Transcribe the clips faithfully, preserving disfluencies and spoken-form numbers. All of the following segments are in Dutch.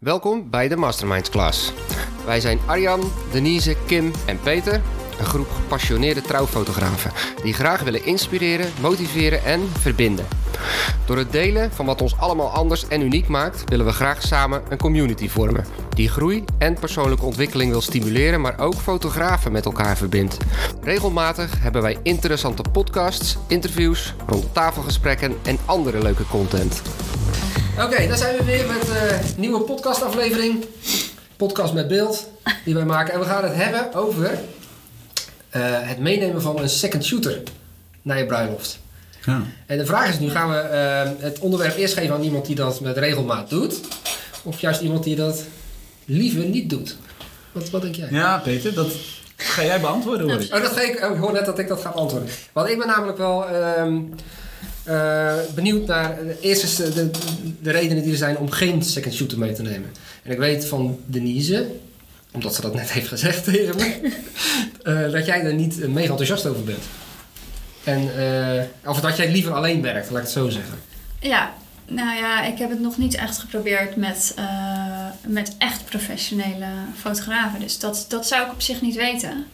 Welkom bij de Masterminds Class. Wij zijn Arjan, Denise, Kim en Peter, een groep gepassioneerde trouwfotografen die graag willen inspireren, motiveren en verbinden. Door het delen van wat ons allemaal anders en uniek maakt, willen we graag samen een community vormen die groei en persoonlijke ontwikkeling wil stimuleren, maar ook fotografen met elkaar verbindt. Regelmatig hebben wij interessante podcasts, interviews, rondetafelgesprekken en andere leuke content. Oké, okay, daar zijn we weer met een uh, nieuwe podcastaflevering. Podcast met beeld die wij maken. En we gaan het hebben over uh, het meenemen van een second shooter naar je bruiloft. Ja. En de vraag is nu, gaan we uh, het onderwerp eerst geven aan iemand die dat met regelmaat doet? Of juist iemand die dat liever niet doet? Wat, wat denk jij? Ja, Peter, dat ga jij beantwoorden, hoor ik. Oh, dat ga ik, oh, ik hoor net dat ik dat ga beantwoorden. Want ik ben namelijk wel... Uh, Uh, benieuwd naar uh, eerst eens de, de, de redenen die er zijn om geen second shooter mee te nemen. En ik weet van Denise, omdat ze dat net heeft gezegd tegen me, uh, dat jij er niet uh, mega enthousiast over bent. En, uh, of dat jij liever alleen werkt, laat ik het zo zeggen. Ja, nou ja, ik heb het nog niet echt geprobeerd met, uh, met echt professionele fotografen. Dus dat, dat zou ik op zich niet weten.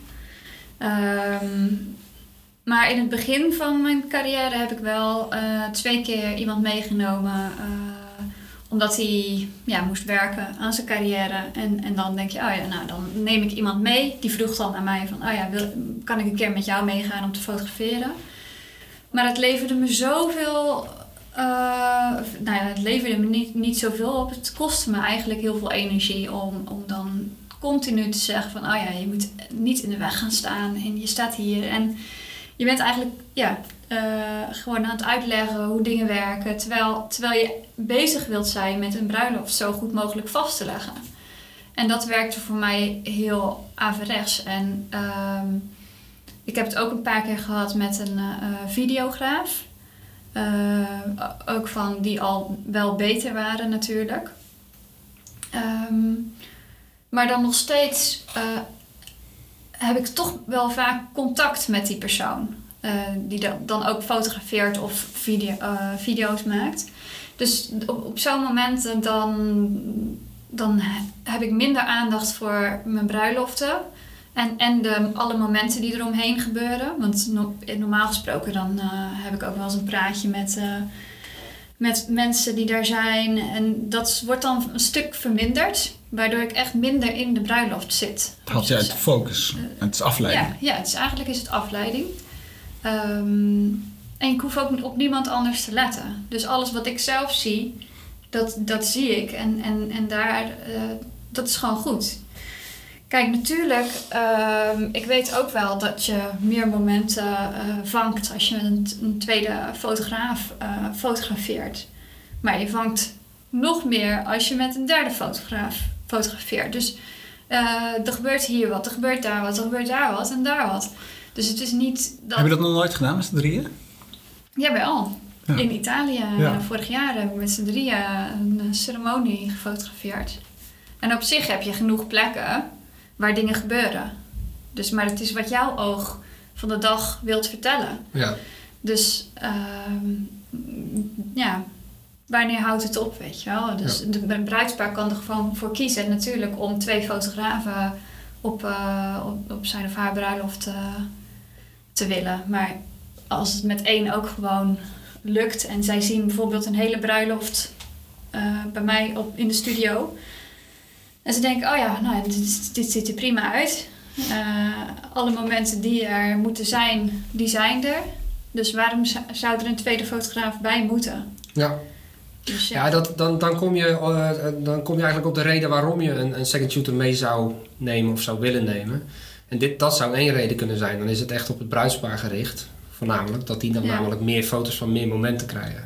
Um, Maar in het begin van mijn carrière heb ik wel uh, twee keer iemand meegenomen. Uh, omdat hij ja, moest werken aan zijn carrière. En, en dan denk je, oh ja, nou dan neem ik iemand mee. Die vroeg dan aan mij van, oh ja, wil, kan ik een keer met jou meegaan om te fotograferen? Maar het leverde me zoveel... Uh, nou ja, het leverde me niet, niet zoveel op. Het kostte me eigenlijk heel veel energie om, om dan continu te zeggen van, oh ja, je moet niet in de weg gaan staan. En je staat hier en... Je bent eigenlijk ja, uh, gewoon aan het uitleggen hoe dingen werken. Terwijl, terwijl je bezig wilt zijn met een bruiloft zo goed mogelijk vast te leggen. En dat werkte voor mij heel averechts. En um, ik heb het ook een paar keer gehad met een uh, videograaf. Uh, ook van die al wel beter waren natuurlijk. Um, maar dan nog steeds... Uh, heb ik toch wel vaak contact met die persoon. Uh, die dan ook fotografeert of video, uh, video's maakt. Dus op, op zo'n moment dan, dan heb ik minder aandacht voor mijn bruiloften. En, en de, alle momenten die eromheen gebeuren. Want no, normaal gesproken dan uh, heb ik ook wel eens een praatje met... Uh, met mensen die daar zijn. En dat wordt dan een stuk verminderd. Waardoor ik echt minder in de bruiloft zit. Het haalt je uit de focus. Uh, het is afleiding. Ja, ja het is, eigenlijk is het afleiding. Um, en ik hoef ook op niemand anders te letten. Dus alles wat ik zelf zie, dat, dat zie ik. En, en, en daar, uh, dat is gewoon goed. Kijk, natuurlijk, uh, ik weet ook wel dat je meer momenten uh, vangt als je een, een tweede fotograaf uh, fotografeert. Maar je vangt nog meer als je met een derde fotograaf fotografeert. Dus uh, er gebeurt hier wat, er gebeurt daar wat, er gebeurt daar wat en daar wat. Dus het is niet dat... Heb je dat nog nooit gedaan met z'n drieën? Jawel. Ja. In Italië, ja. vorig jaar hebben we met z'n drieën een ceremonie gefotografeerd. En op zich heb je genoeg plekken waar dingen gebeuren. Dus, maar het is wat jouw oog van de dag wilt vertellen. Ja. Dus uh, ja, wanneer houdt het op, weet je wel? Dus ja. de, een bruidspaar kan er gewoon voor kiezen natuurlijk om twee fotografen op, uh, op, op zijn of haar bruiloft uh, te willen. Maar als het met één ook gewoon lukt en zij zien bijvoorbeeld een hele bruiloft uh, bij mij op, in de studio... En ze denken, oh ja, nou, dit, dit ziet er prima uit. Uh, alle momenten die er moeten zijn, die zijn er. Dus waarom zou er een tweede fotograaf bij moeten? Ja, dus, ja. ja dat, dan, dan, kom je, uh, dan kom je eigenlijk op de reden waarom je een, een second shooter mee zou nemen of zou willen nemen. En dit, dat zou één reden kunnen zijn. Dan is het echt op het bruidspaar gericht, voornamelijk. Dat die dan ja. namelijk meer foto's van meer momenten krijgen.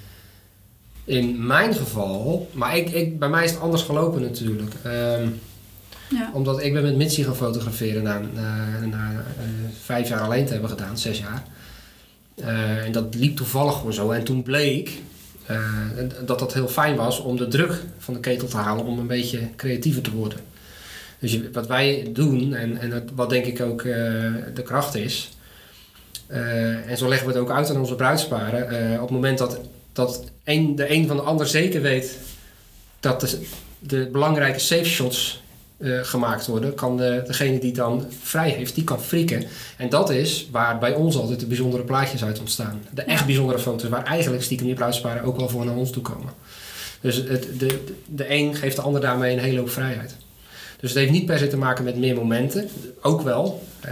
In mijn geval, maar ik, ik, bij mij is het anders gelopen natuurlijk. Um, ja. Omdat ik ben met Mitsi gaan fotograferen na, na, na uh, vijf jaar alleen te hebben gedaan, zes jaar. Uh, en dat liep toevallig gewoon zo. En toen bleek uh, dat dat heel fijn was om de druk van de ketel te halen om een beetje creatiever te worden. Dus je, wat wij doen, en, en het, wat denk ik ook uh, de kracht is, uh, en zo leggen we het ook uit aan onze bruidsparen, uh, op het moment dat dat een, de een van de ander zeker weet dat de, de belangrijke safe shots uh, gemaakt worden, kan de, degene die dan vrij heeft, die kan frieken. En dat is waar bij ons altijd de bijzondere plaatjes uit ontstaan. De echt bijzondere foto's, waar eigenlijk stiekem die bruidsparen ook wel voor naar ons toe komen. Dus het, de, de een geeft de ander daarmee een hele hoop vrijheid. Dus het heeft niet per se te maken met meer momenten. Ook wel. Uh,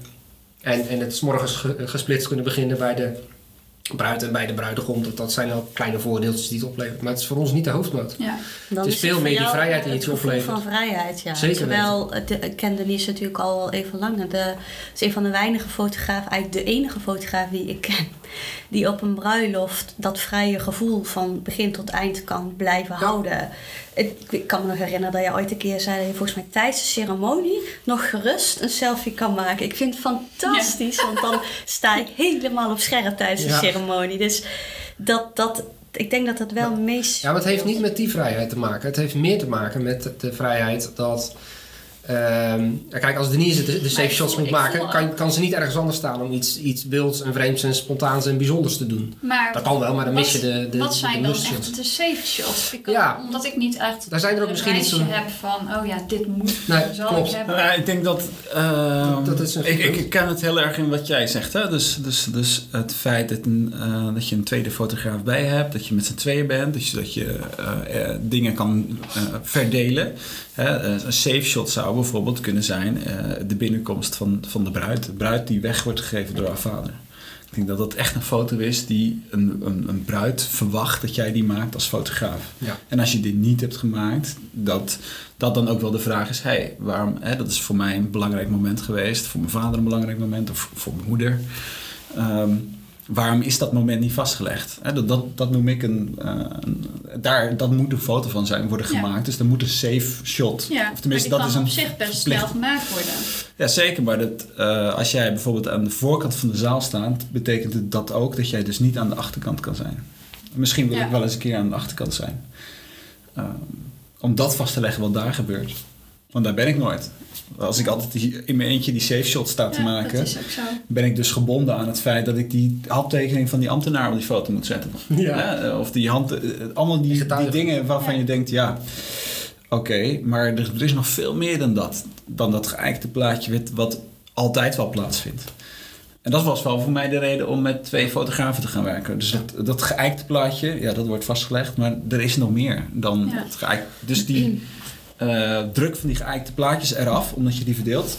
en, en het 's morgens ge, gesplitst kunnen beginnen bij de bruid en bij de bruidegom. Dat, dat zijn al kleine voordeeltjes die het oplevert. Maar het is voor ons niet de hoofdmoot. Ja. Het is, is veel meer die vrijheid die iets oplevert. van vrijheid, ja. Zeker. Terwijl, de, ik ken Denise natuurlijk al wel even lang. De, is een van de weinige fotografen, eigenlijk de enige fotograaf die ik ken, die op een bruiloft dat vrije gevoel van begin tot eind kan blijven ja. houden. Ik, ik kan me nog herinneren dat je ooit een keer zei dat je volgens mij tijdens de ceremonie nog gerust een selfie kan maken. Ik vind het fantastisch, ja. want dan sta ik helemaal op scherp tijdens de ja. ceremonie. Dus dat, dat, ik denk dat dat wel het meest... Ja, maar het heeft niet met die vrijheid te maken. Het heeft meer te maken met de, de vrijheid dat... Um, kijk, als Denise de, de safe shots moet maken, kan, kan ze niet ergens anders staan om iets, iets wilds en vreemds en spontaans en bijzonders te doen. Maar dat kan wel, maar dan mis je de, de Wat zijn de dan shots. echt de safe shots? Ik kan, ja. Omdat ik niet echt daar zijn er ook misschien niet zo... heb van, oh ja, dit moet nee, zal klopt. ik hebben. Nou, ik denk dat... Uh, dat, dat is een ik, ik ken het heel erg in wat jij zegt. Hè? Dus, dus, dus het feit dat, een, uh, dat je een tweede fotograaf bij hebt, dat je met z'n tweeën bent, dus dat je uh, uh, dingen kan uh, verdelen. Hè? Uh, een safe shot zou bijvoorbeeld kunnen zijn Uh, de binnenkomst van, van de bruid. De bruid die weg wordt gegeven door haar vader. Ik denk dat dat echt een foto is die een, een, een bruid verwacht dat jij die maakt als fotograaf. Ja. En als je die niet hebt gemaakt, dat, dat dan ook wel de vraag is, hey, waarom, hè, dat is voor mij een belangrijk moment geweest, voor mijn vader een belangrijk moment, of voor mijn moeder. Um, Waarom is dat moment niet vastgelegd? Hè, dat, dat, dat noem ik een, uh, een... Daar, dat moet een foto van zijn worden gemaakt. Ja. Dus er moet een safe shot. Ja, of tenminste, dat is een op zich best verplicht. Snel gemaakt worden. Ja, zeker. Maar dat, uh, als jij bijvoorbeeld aan de voorkant van de zaal staat, betekent het dat ook dat jij dus niet aan de achterkant kan zijn. Misschien wil ja. ik wel eens een keer aan de achterkant zijn. Uh, om dat vast te leggen wat daar gebeurt. Want daar ben ik nooit. Als ik altijd die, in mijn eentje die safe shot sta te ja, maken, dat is ook zo. Ben ik dus gebonden aan het feit dat ik die handtekening van die ambtenaar op die foto moet zetten. Ja. Ja, of die hand, allemaal die, die dingen waarvan ja. je denkt, ja, oké, okay, maar er, er is nog veel meer dan dat. Dan dat geëikte plaatje wat altijd wel plaatsvindt. En dat was wel voor mij de reden om met twee fotografen te gaan werken. Dus dat, dat geëikte plaatje, ja, dat wordt vastgelegd, maar er is nog meer dan ja. het geëikte. Dus die uh, druk van die geëikte plaatjes eraf, omdat je die verdeelt,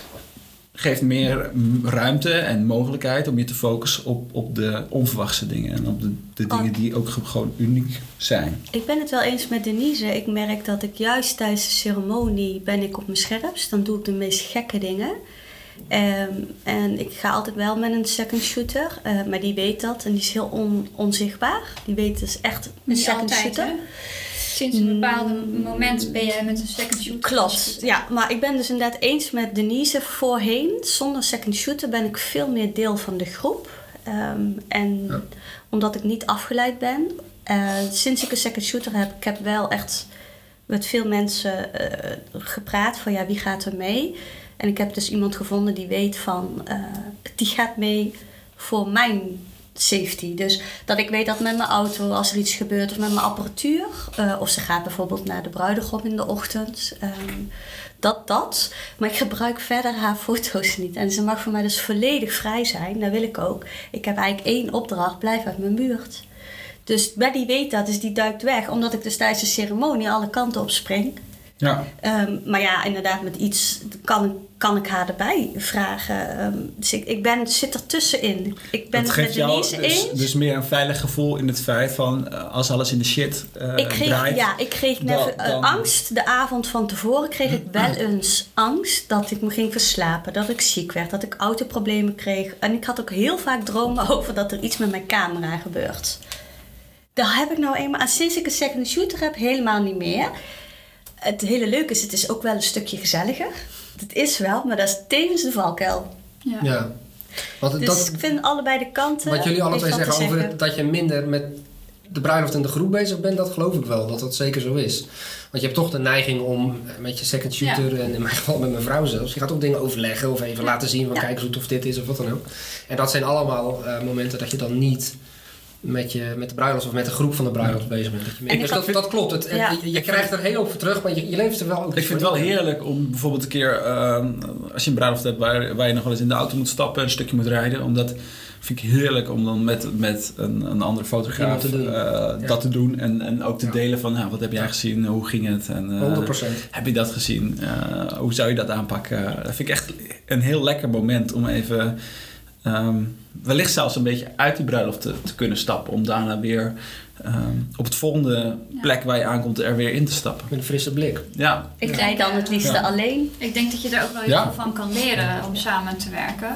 geeft meer ruimte en mogelijkheid om je te focussen op, op de onverwachte dingen. En op de, de dingen die ook gewoon uniek zijn. Ik ben het wel eens met Denise. Ik merk dat ik juist tijdens de ceremonie ben ik op mijn scherpst. Dan doe ik de meest gekke dingen. Um, en ik ga altijd wel met een second shooter. Uh, maar die weet dat. En die is heel on, onzichtbaar. Die weet dus echt een Niet second altijd, shooter. Hè? Sinds een bepaald moment ben jij met een second shooter. Klopt, ja. Maar ik ben dus inderdaad eens met Denise. Voorheen, zonder second shooter, ben ik veel meer deel van de groep. Um, en ja. omdat ik niet afgeleid ben. Uh, sinds ik een second shooter heb, ik heb wel echt met veel mensen uh, gepraat van ja, wie gaat er mee? En ik heb dus iemand gevonden die weet van, uh, die gaat mee voor mijn safety. Dus dat ik weet dat met mijn auto, als er iets gebeurt, of met mijn apparatuur, uh, of ze gaat bijvoorbeeld naar de bruidegom in de ochtend, um, dat dat. Maar ik gebruik verder haar foto's niet. En ze mag voor mij dus volledig vrij zijn, dat wil ik ook. Ik heb eigenlijk één opdracht, blijf uit mijn buurt. Dus maar die weet dat, dus die duikt weg, omdat ik dus tijdens de ceremonie alle kanten op spring. Ja. Um, maar ja, inderdaad, met iets kan, kan ik haar erbij vragen. Um, dus ik, ik ben, zit er tussenin. Ik ben dat het met Denise dus, eens. Dus meer een veilig gevoel in het feit van uh, als alles in de shit uh, ik kreeg, draait. Ja, ik kreeg never, uh, dan... angst. De avond van tevoren kreeg ik wel eens angst dat ik me ging verslapen. Dat ik ziek werd, dat ik autoproblemen kreeg. En ik had ook heel vaak dromen over dat er iets met mijn camera gebeurt. Daar heb ik nou eenmaal, sinds ik een second shooter heb, helemaal niet meer. Het hele leuke is, het is ook wel een stukje gezelliger. Het is wel, maar dat is tevens de valkuil. Ja. ja. Want dus dat, ik vind allebei de kanten. Wat jullie alle twee zeggen over zeggen. Het, dat je minder met de bruiloft en de groep bezig bent, dat geloof ik wel. Dat dat zeker zo is. Want je hebt toch de neiging om met je second shooter, ja. en in mijn geval met mijn vrouw zelfs, je gaat ook dingen overleggen of even ja. laten zien van ja. kijk eens hoe tof dit is of wat dan ook. En dat zijn allemaal uh, momenten dat je dan niet met, je, met de bruiloft of met de groep van de bruiloft bezig bent. Dat je dus dat, dat klopt. Het, ja. Je, je krijgt er heel veel voor terug, maar je, je leeft er wel ook. Ik vind het wel heerlijk om bijvoorbeeld een keer, uh, als je een bruiloft hebt waar, waar je nog wel eens in de auto moet stappen, een stukje moet rijden. Omdat vind ik heerlijk om dan met, met een, een andere fotograaf te uh, ja. dat te doen. En, en ook te ja. delen van, nou, wat heb jij gezien? Hoe ging het? En, uh, honderd procent. Heb je dat gezien? Uh, hoe zou je dat aanpakken? Dat vind ik echt een heel lekker moment om even um, wellicht zelfs een beetje uit die bruiloft te, te kunnen stappen. Om daarna weer um, op het volgende ja. plek waar je aankomt er weer in te stappen. Met een frisse blik. Ja. Ik rijd dan het liefste ja. alleen. Ik denk dat je er ook wel heel ja. veel van kan leren om samen te werken.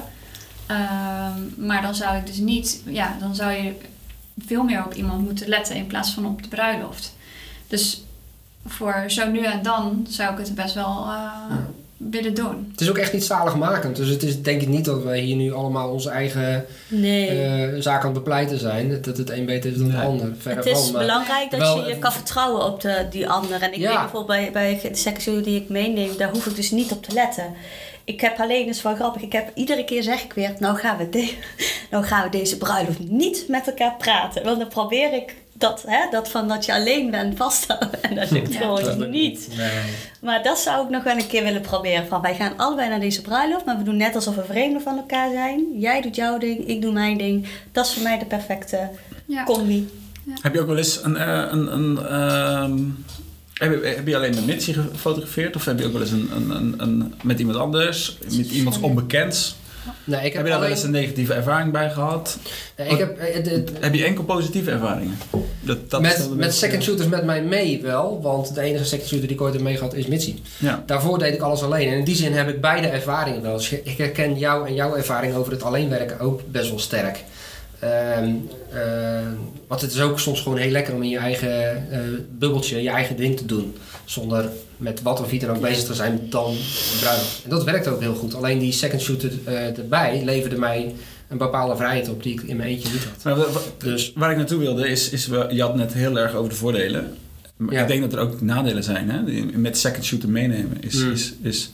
Um, maar dan zou ik dus niet, ja, dan zou je veel meer op iemand moeten letten in plaats van op de bruiloft. Dus voor zo nu en dan zou ik het best wel uh, ja. willen doen. Het is ook echt niet zaligmakend. Dus het is denk ik niet dat wij hier nu allemaal onze eigen nee. uh, zaken aan het bepleiten zijn. Dat het een beter is dan nee. de ander. Verre het is van, belangrijk dat wel, je je kan vertrouwen op de, die ander. En ik ja. weet bijvoorbeeld bij, bij de sectie die ik meeneem, daar hoef ik dus niet op te letten. Ik heb alleen, dat is wel grappig, ik heb iedere keer zeg ik weer, nou gaan we, de, nou gaan we deze bruiloft niet met elkaar praten. Want dan probeer ik dat, hè, dat van dat je alleen bent vasthouden. En dat lukt ja. gewoon niet. Nee. Maar dat zou ik nog wel een keer willen proberen. Van, wij gaan allebei naar deze bruiloft, maar we doen net alsof we vreemden van elkaar zijn. Jij doet jouw ding, ik doe mijn ding. Dat is voor mij de perfecte ja. combi. Ja. Heb je ook wel eens een... een, een um... Heb je, heb je alleen met Mitzi gefotografeerd of heb je ook wel eens een, een, een, een, met iemand anders, met iemand onbekends? Nee, ik heb, heb je daar wel eens een negatieve ervaring bij gehad? Nee, ik heb, uh, de, heb je enkel positieve ervaringen? Dat, dat met met second shooters met mij mee wel, want de enige second shooter die ik ooit heb mee gehad is Mitzi. Ja. Daarvoor deed ik alles alleen en in die zin heb ik beide ervaringen wel. Dus ik herken jou en jouw ervaring over het alleen werken ook best wel sterk. Uh, uh, want het is ook soms gewoon heel lekker om in je eigen uh, bubbeltje je eigen ding te doen. Zonder met wat of wie dan ook bezig te zijn dan een bruiloft. En dat werkt ook heel goed. Alleen die second shooter uh, erbij leverde mij een bepaalde vrijheid op die ik in mijn eentje niet had. Maar wat, dus, waar ik naartoe wilde is, is we, je had net heel erg over de voordelen. Maar ja. ik denk dat er ook nadelen zijn. Hè? Met second shooter meenemen is... Mm. is, is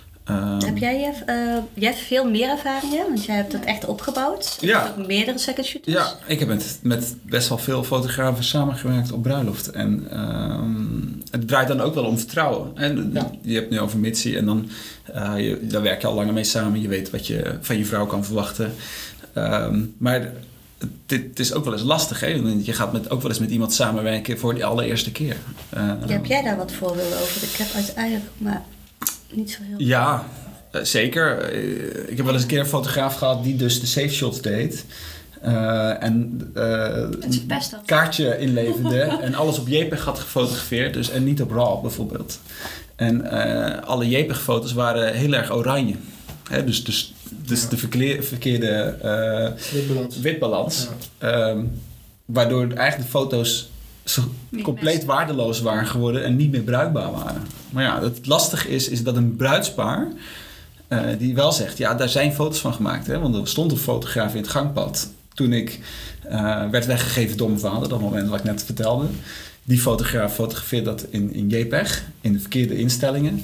Um, heb jij, uh, jij hebt veel meer ervaringen, want jij hebt het echt opgebouwd. Je ja. hebt ook meerdere second shooters. Ja, ik heb met, met best wel veel fotografen samengewerkt op bruiloft. En um, het draait dan ook wel om vertrouwen. En ja. Je hebt nu over Mitzi en dan uh, je, daar werk je al langer mee samen. Je weet wat je van je vrouw kan verwachten. Um, maar dit is ook wel eens lastig, hè? Je gaat met, ook wel eens met iemand samenwerken voor de allereerste keer. Uh, ja, heb jij daar wat voorbeelden over? Ik heb uiteindelijk maar... niet zo heel ja, uh, zeker. Uh, ik heb wel eens een keer een fotograaf gehad die dus de safe shots deed. Uh, en uh, een kaartje inleverde en alles op JPEG had gefotografeerd. Dus, en niet op RAW bijvoorbeeld. En uh, alle JPEG-foto's waren heel erg oranje. Hè, dus dus, dus ja. de verkeerde, verkeerde uh, witbalans. witbalans ja. um, waardoor eigenlijk de foto's zo compleet best. waardeloos waren geworden en niet meer bruikbaar waren. Maar ja, het lastige is, is dat een bruidspaar uh, die wel zegt, ja, daar zijn foto's van gemaakt. Hè? Want er stond een fotograaf in het gangpad toen ik uh, werd weggegeven door mijn vader, dat moment wat ik net vertelde. Die fotograaf fotografeerde dat in, in JPEG, in de verkeerde instellingen.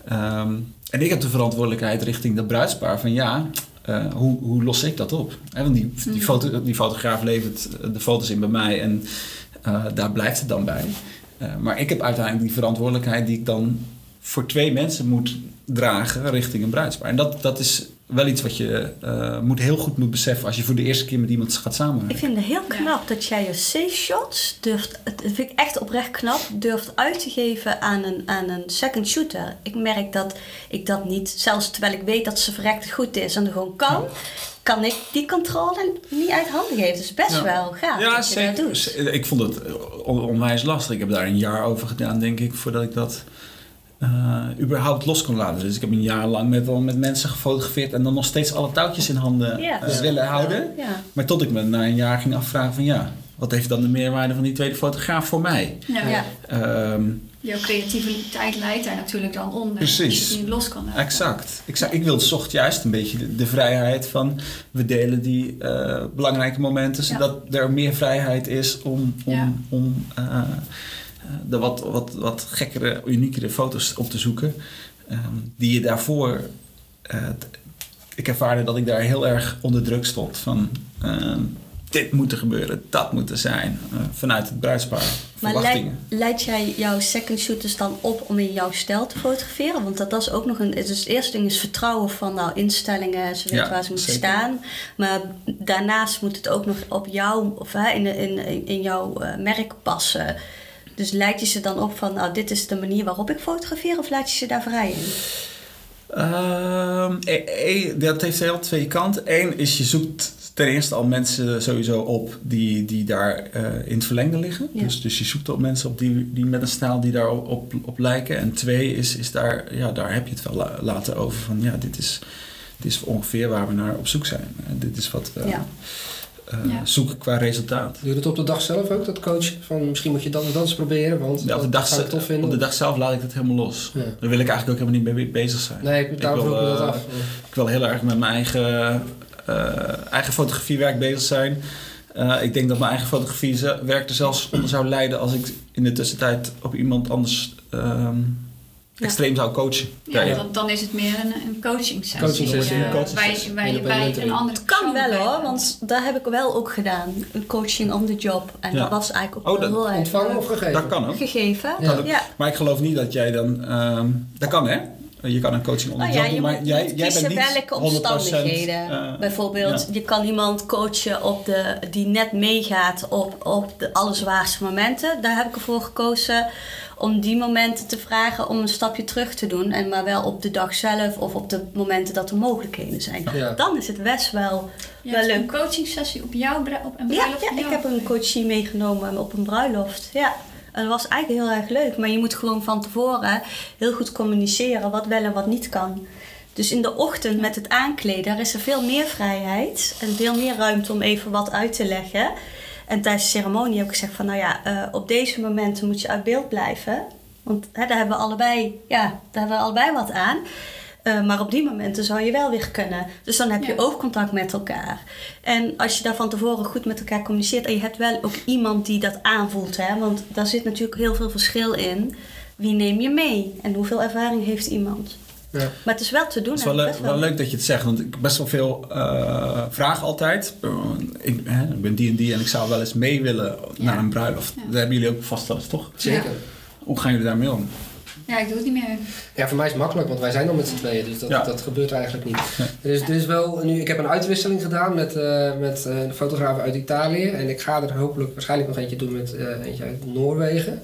Um, en ik heb de verantwoordelijkheid richting dat bruidspaar van ja, uh, hoe, hoe los ik dat op? Hè? Want die, die, foto, die fotograaf levert de foto's in bij mij en Uh, daar blijft het dan bij. Uh, maar ik heb uiteindelijk die verantwoordelijkheid die ik dan voor twee mensen moet dragen richting een bruidspaar. En dat, dat is wel iets wat je uh, moet heel goed moet beseffen als je voor de eerste keer met iemand gaat samenwerken. Ik vind het heel knap ja. dat jij je safe shots durft, dat vind ik echt oprecht knap, durft uit te geven aan een, aan een second shooter. Ik merk dat ik dat niet, zelfs terwijl ik weet dat ze verrekt goed is en er gewoon kan, ja. kan ik die controle niet uit handen geven. Dus best ja. wel gaaf ja, dat je zeker. dat doet. Ik vond het on- onwijs lastig. Ik heb daar een jaar over gedaan, denk ik, voordat ik dat uh, überhaupt los kon laten. Dus ik heb een jaar lang met, al met mensen gefotografeerd en dan nog steeds alle touwtjes in handen ja. uh, willen houden. Ja. Maar tot ik me na een jaar ging afvragen van ja, wat heeft dan de meerwaarde van die tweede fotograaf voor mij? Ja. Ja. Um, Jouw creativiteit leidt daar natuurlijk dan onder. Precies. Als je het niet los kan laten. Exact. Ik, ik wilde zocht juist een beetje de, de vrijheid van we delen die uh, belangrijke momenten, zodat ja. er meer vrijheid is om, om, ja. om uh, de wat, wat, wat gekkere, uniekere foto's op te zoeken. Um, die je daarvoor... Uh, t- ik ervaarde dat ik daar heel erg onder druk stond. Van, uh, dit moet er gebeuren, dat moet er zijn. Uh, vanuit het bruidspaar. Maar leid, leid jij jouw second shooters dan op om in jouw stijl te fotograferen? Want dat, dat is ook nog een... Dus het eerste ding is vertrouwen van nou, instellingen, ze weten ja, waar ze moeten zeker. staan. Maar daarnaast moet het ook nog op jou, of hè, in, in, in jouw uh, merk passen. Dus leid je ze dan op van nou, dit is de manier waarop ik fotografeer, of laat je ze daar vrij in? Uh, e- e- dat heeft heel twee kanten. Eén is je zoekt ten eerste al mensen sowieso op die, die daar uh, in het verlengde liggen. Ja. Dus, dus je zoekt op mensen op die, die met een stijl die daar op, op, op lijken. En twee is, is daar, ja, daar heb je het wel la- laten over van ja, dit is, dit is ongeveer waar we naar op zoek zijn. Uh, dit is wat we ja. uh, ja. zoeken qua resultaat. Doe je dat op de dag zelf ook, dat coach? Van misschien moet je dat en dat eens proberen, want ja, op, de dag, dat zou ik tof vinden. Op de dag zelf laat ik het helemaal los. Ja. Daar wil ik eigenlijk ook helemaal niet mee bezig zijn. Nee, ik, daar ik wil, uh, dat af. Ik wil heel erg met mijn eigen... Uh, eigen fotografiewerk bezig zijn. Uh, ik denk dat mijn eigen fotografiewerk er zelfs onder zou lijden als ik in de tussentijd op iemand anders um, ja. extreem zou coachen. Ja, ja. Dan, dan is het meer een, een coaching sessie. Coaching sessie. Uh, waar je, waar je bij een andere... Het kan wel hoor, want daar heb ik wel ook gedaan. Een coaching on the job. En ja. dat was eigenlijk ook oh, dat, heel erg... Ontvangen of gegeven? Dat kan ook. Gegeven, ja. ja. Maar ik geloof niet dat jij dan... Um, dat kan hè? Je kan een coaching on the job oh, ja, doen, maar moet, jij, moet jij bent niet welke omstandigheden. Uh, Bijvoorbeeld, ja. je kan iemand coachen op de, die net meegaat op, op de allerzwaarste momenten. Daar heb ik ervoor gekozen om die momenten te vragen om een stapje terug te doen. En maar wel op de dag zelf of op de momenten dat er mogelijkheden zijn. Ja. Dan is het best wel, je wel leuk. Een coaching sessie op jouw bru- op een bruiloft? Ja, ja ik heb een coachie meegenomen op een bruiloft. Ja. En dat was eigenlijk heel erg leuk. Maar je moet gewoon van tevoren heel goed communiceren wat wel en wat niet kan. Dus in de ochtend met het aankleden, er is er veel meer vrijheid. En veel meer ruimte om even wat uit te leggen. En tijdens de ceremonie heb ik gezegd van nou ja, uh, op deze momenten moet je uit beeld blijven. Want hè, daar hebben we allebei, ja, daar hebben we allebei wat aan. Uh, maar op die momenten zou je wel weer kunnen. Dus dan heb je ja. oogcontact met elkaar. En als je daar van tevoren goed met elkaar communiceert... en je hebt wel ook iemand die dat aanvoelt. Hè? Want daar zit natuurlijk heel veel verschil in. Wie neem je mee? En hoeveel ervaring heeft iemand? Ja. Maar het is wel te doen. Het is wel, le- wel. wel leuk dat je het zegt. Want ik heb best wel veel uh, vragen altijd. Uh, ik, hè, ik ben die en die en ik zou wel eens mee willen ja. naar een bruiloft. Ja. Daar hebben jullie ook vast wel eens, toch? Zeker. Ja. Hoe gaan jullie daarmee om? Ja, ik doe het niet meer. Ja, voor mij is het makkelijk, want wij zijn al met z'n tweeën, dus dat, ja. dat gebeurt eigenlijk niet. Ja. Er is, er is wel, nu, ik heb een uitwisseling gedaan met, uh, met uh, de fotografen uit Italië en ik ga er hopelijk waarschijnlijk nog eentje doen met uh, eentje uit Noorwegen.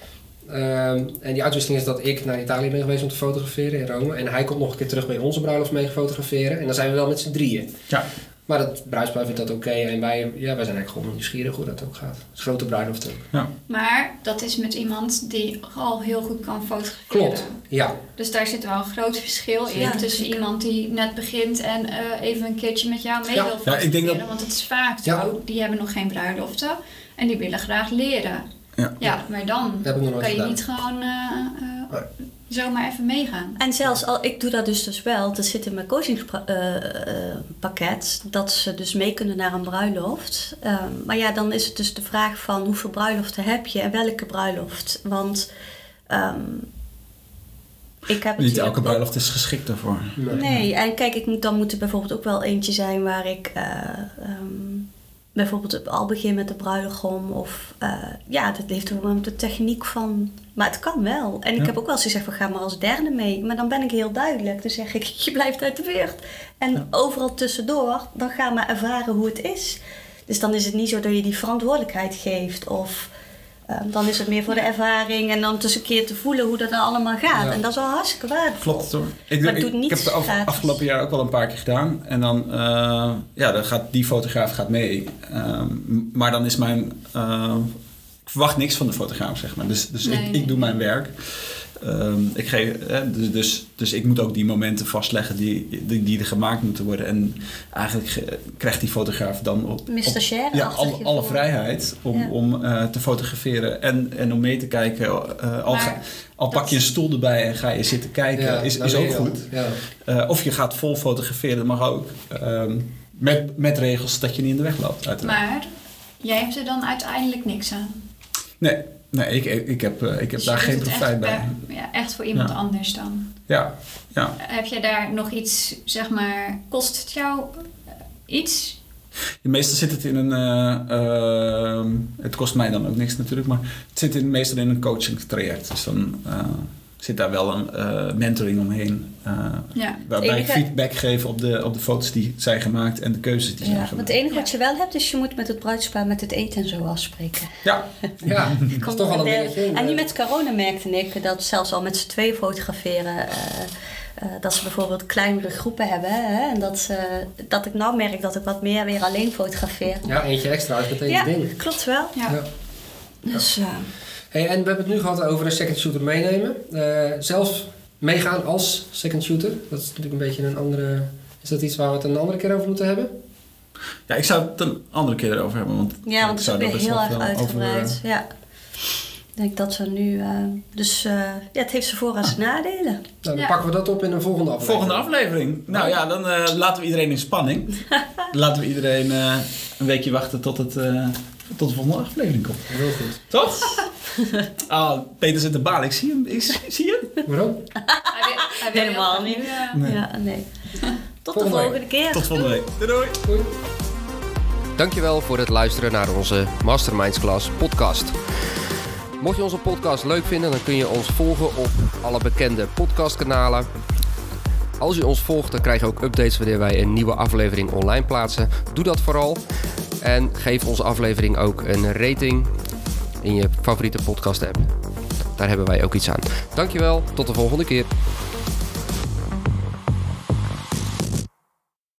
Um, en die uitwisseling is dat ik naar Italië ben geweest om te fotograferen in Rome en hij komt nog een keer terug bij onze bruiloft mee fotograferen en dan zijn we wel met z'n drieën. Ja. Maar het bruidspaar vindt dat oké okay. en wij, ja, wij zijn eigenlijk gewoon nieuwsgierig hoe dat ook gaat. Het is een grote bruiloft ook. Ja. Maar dat is met iemand die al heel goed kan fotograferen. Klopt, ja. Dus daar zit wel een groot verschil in ja, tussen iemand die net begint en uh, even een keertje met jou mee ja. wil fotograferen. Ja, ik denk dat... Want het is vaak zo, ja. die hebben nog geen bruiloften en die willen graag leren. Ja, ja maar dan kan je gedaan. niet gewoon uh, uh, zomaar even meegaan. En zelfs al, ik doe dat dus dus wel, dat zit in mijn coachingspakket, uh, uh, dat ze dus mee kunnen naar een bruiloft. Uh, maar ja, dan is het dus de vraag van hoeveel bruiloften heb je en welke bruiloft. Want um, ik heb niet elke bruiloft ook... is geschikt daarvoor. Nee, nee. En kijk, ik moet, dan moet er bijvoorbeeld ook wel eentje zijn waar ik... Uh, um, bijvoorbeeld al begin met de bruidegom of uh, ja, dat heeft ook met de techniek van, maar het kan wel. En ik ja. heb ook wel eens gezegd van ga maar als derde mee, maar dan ben ik heel duidelijk. Dan zeg ik je blijft uit de buurt en ja. overal tussendoor dan ga maar ervaren hoe het is. Dus dan is het niet zo dat je die verantwoordelijkheid geeft of uh, dan is het meer voor de ervaring en dan tussen een keer te voelen hoe dat dan allemaal gaat. Ja. En dat is wel hartstikke waardevol. Klopt hoor. Ik, maar ik, ik, ik heb het af, afgelopen jaar ook wel een paar keer gedaan. En dan, uh, ja, dan gaat die fotograaf gaat mee. Um, maar dan is mijn... Uh, ik verwacht niks van de fotograaf, zeg maar. Dus, dus nee, ik, nee. ik doe mijn werk. Um, ik geef, eh, dus, dus, dus ik moet ook die momenten vastleggen die, die, die er gemaakt moeten worden. En eigenlijk ge, krijgt die fotograaf dan op, op ja, alle, alle vrijheid om, ja. om uh, te fotograferen en, en om mee te kijken. Uh, al, ga, al pak je een stoel erbij en ga je zitten kijken, ja, is, is ook goed. Ja. Uh, of je gaat vol fotograferen, dat mag ook. Um, met, met regels dat je niet in de weg loopt. Uiteraard. Maar jij hebt er dan uiteindelijk niks aan? Nee. Nee, ik, ik heb, ik heb dus daar geen profijt bij. bij. Ja, echt voor iemand ja. anders dan. Ja, ja. Heb je daar nog iets, zeg maar, kost het jou iets? Meestal zit het in een... Uh, uh, het kost mij dan ook niks natuurlijk, maar het zit in, meestal in een coaching traject. Dus dan uh, zit daar wel een uh, mentoring omheen. Uh, ja, waarbij enige... ik feedback geef op de, op de foto's die zijn gemaakt en de keuzes die ja, zijn gemaakt. Het enige wat je wel hebt, is je moet met het bruidspaar met het eten en zo afspreken. Ja, ja dat is toch wel een dingetje. En nu met corona merkte ik dat zelfs al met z'n tweeën fotograferen... Uh, Uh, dat ze bijvoorbeeld kleinere groepen hebben. Hè? En dat, uh, dat ik nou merk dat ik wat meer weer alleen fotografeer. Ja, eentje extra is meteen ja, een ding. Klopt wel. Ja. Ja. Dus, uh... hey, en we hebben het nu gehad over een second shooter meenemen. Uh, zelf meegaan als second shooter. Dat is natuurlijk een beetje een andere... Is dat iets waar we het een andere keer over moeten hebben? Ja, ik zou het een andere keer erover hebben. Want ja, want het is ook weer heel erg uitgebreid. Over, uh... ja. Ik denk dat we nu... Uh, dus uh, ja, het heeft zijn voor- en zijn nadelen. Nou, dan ja. pakken we dat op in een volgende aflevering. Volgende aflevering. Nou ja, dan uh, laten we iedereen in spanning. Laten we iedereen uh, een weekje wachten tot, het, uh, tot de volgende aflevering komt. Heel goed. Toch? Oh, Peter zit te balen. Ik zie hem. Ik, zie je? Waarom? Helemaal niet. Nee. Ja, nee. Tot volgende de volgende week. keer. Tot volgende week. Doei doei. doei. Dankjewel voor het luisteren naar onze Masterminds Class podcast. Mocht je onze podcast leuk vinden, dan kun je ons volgen op alle bekende podcastkanalen. Als je ons volgt, dan krijg je ook updates wanneer wij een nieuwe aflevering online plaatsen. Doe dat vooral. En geef onze aflevering ook een rating in je favoriete podcast app. Daar hebben wij ook iets aan. Dankjewel, tot de volgende keer.